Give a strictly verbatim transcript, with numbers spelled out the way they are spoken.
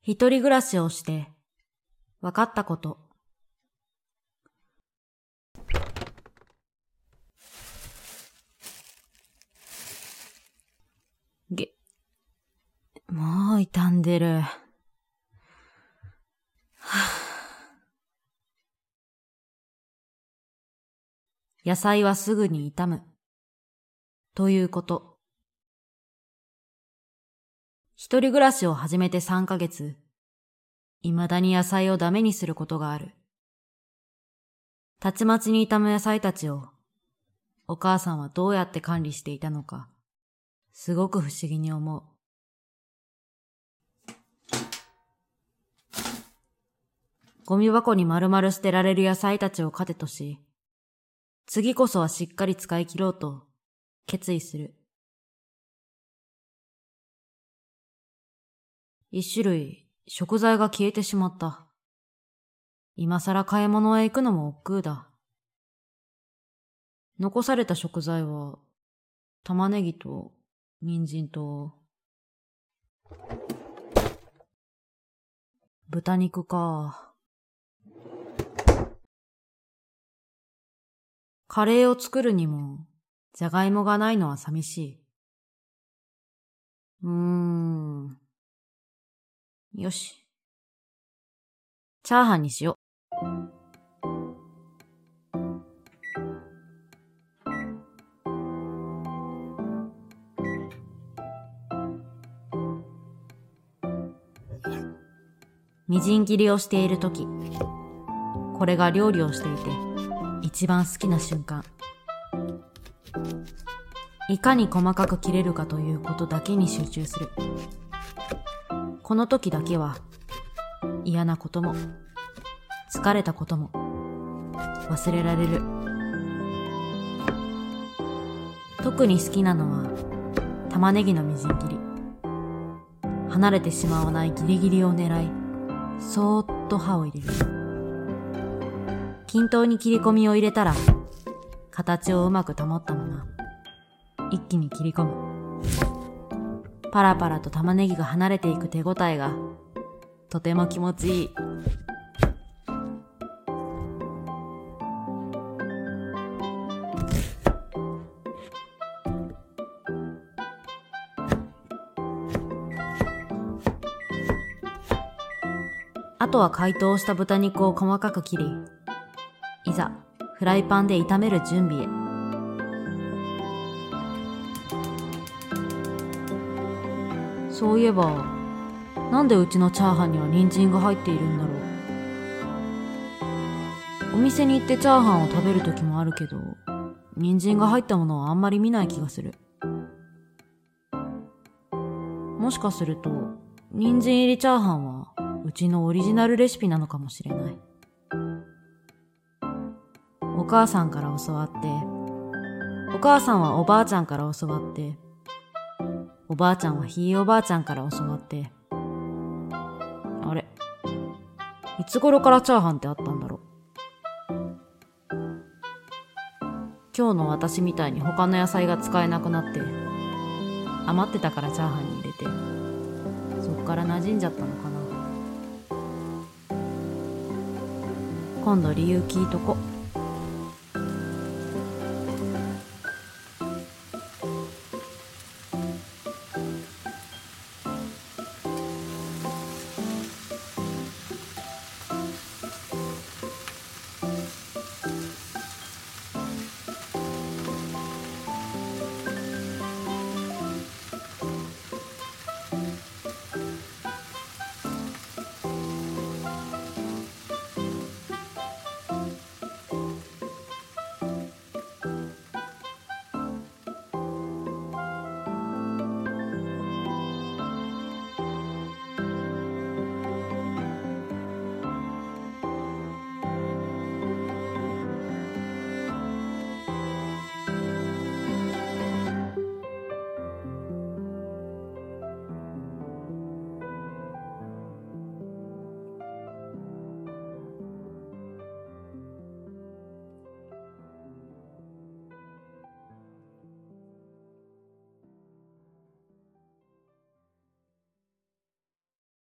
一人暮らしをして分かったこと。げ、もう傷んでる。はぁ、野菜はすぐに傷む。ということ。一人暮らしを始めてさんかげつ、未だに野菜をダメにすることがある。たちまちに傷む野菜たちを、お母さんはどうやって管理していたのか、すごく不思議に思う。ゴミ箱に丸々捨てられる野菜たちを糧とし、次こそはしっかり使い切ろうと決意する。一種類食材が消えてしまった。今さら買い物へ行くのも億劫だ。残された食材は玉ねぎと人参と豚肉か。カレーを作るにもじゃがいもがないのは寂しい。うーん。よし。チャーハンにしよう。みじん切りをしているとき、これが料理をしていて一番好きな瞬間。いかに細かく切れるかということだけに集中する。この時だけは嫌なことも疲れたことも忘れられる。特に好きなのは玉ねぎのみじん切り。離れてしまわないギリギリを狙い、そーっと刃を入れる。均等に切り込みを入れたら、形をうまく保ったまま一気に切り込む。パラパラと玉ねぎが離れていく手応えがとても気持ちいい。あとは解凍した豚肉を細かく切り、いざフライパンで炒める準備へ。そういえば、なんでうちのチャーハンには人参が入っているんだろう。お店に行ってチャーハンを食べる時もあるけど、人参が入ったものはあんまり見ない気がする。もしかすると、人参入りチャーハンはうちのオリジナルレシピなのかもしれない。お母さんから教わって、お母さんはおばあちゃんから教わって、おばあちゃんはひいおばあちゃんから教わって、あれ、いつ頃からチャーハンってあったんだろう。今日の私みたいに他の野菜が使えなくなって、余ってたからチャーハンに入れて、そっから馴染んじゃったのかな。今度理由聞いとこ。